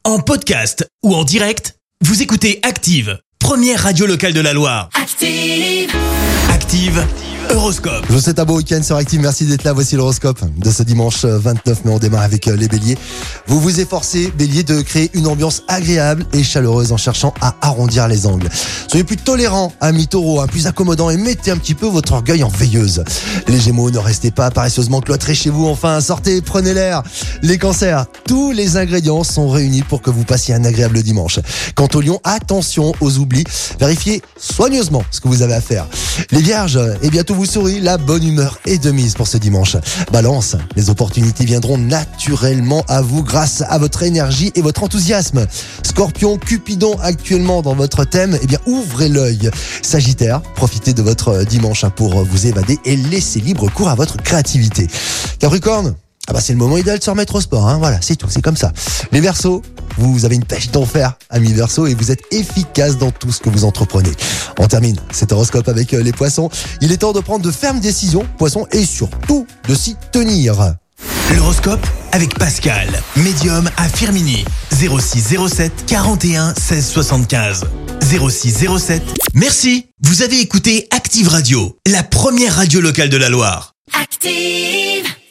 En podcast ou en direct, vous écoutez Active, première radio locale de la Loire. Active, Active Horoscope. Je vous souhaite un beau week-end sur Active, merci d'être là. Voici l'horoscope de ce dimanche 29 mai. On démarre avec les béliers. Vous vous efforcez, bélier, de créer une ambiance agréable et chaleureuse en cherchant à arrondir les angles. Soyez plus tolérants, amis taureaux, plus accommodants et mettez un petit peu votre orgueil en veilleuse. Les gémeaux, ne restez pas paresseusement cloîtrés chez vous. Enfin, sortez, prenez l'air. Les cancers, tous les ingrédients sont réunis pour que vous passiez un agréable dimanche. Quant aux lions, attention aux oublis. Vérifiez soigneusement ce que vous avez à faire. Les vierges, tout vous sourit, la bonne humeur est de mise pour ce dimanche. Balance, les opportunités viendront naturellement à vous grâce à votre énergie et votre enthousiasme. Scorpion, Cupidon actuellement dans votre thème, ouvrez l'œil. Sagittaire, profitez de votre dimanche pour vous évader et laissez libre cours à votre créativité. Capricorne, c'est le moment idéal de se remettre au sport, Voilà, c'est tout, c'est comme ça. Les Verseaux, vous avez une pêche d'enfer, amis Verseaux, et vous êtes efficace dans tout ce que vous entreprenez. On termine cet horoscope avec les Poissons. Il est temps de prendre de fermes décisions, Poissons, et surtout de s'y tenir. L'horoscope avec Pascal, médium à Firminy, 0607 41 16 75. 0607. Merci, vous avez écouté Active Radio, la première radio locale de la Loire. active.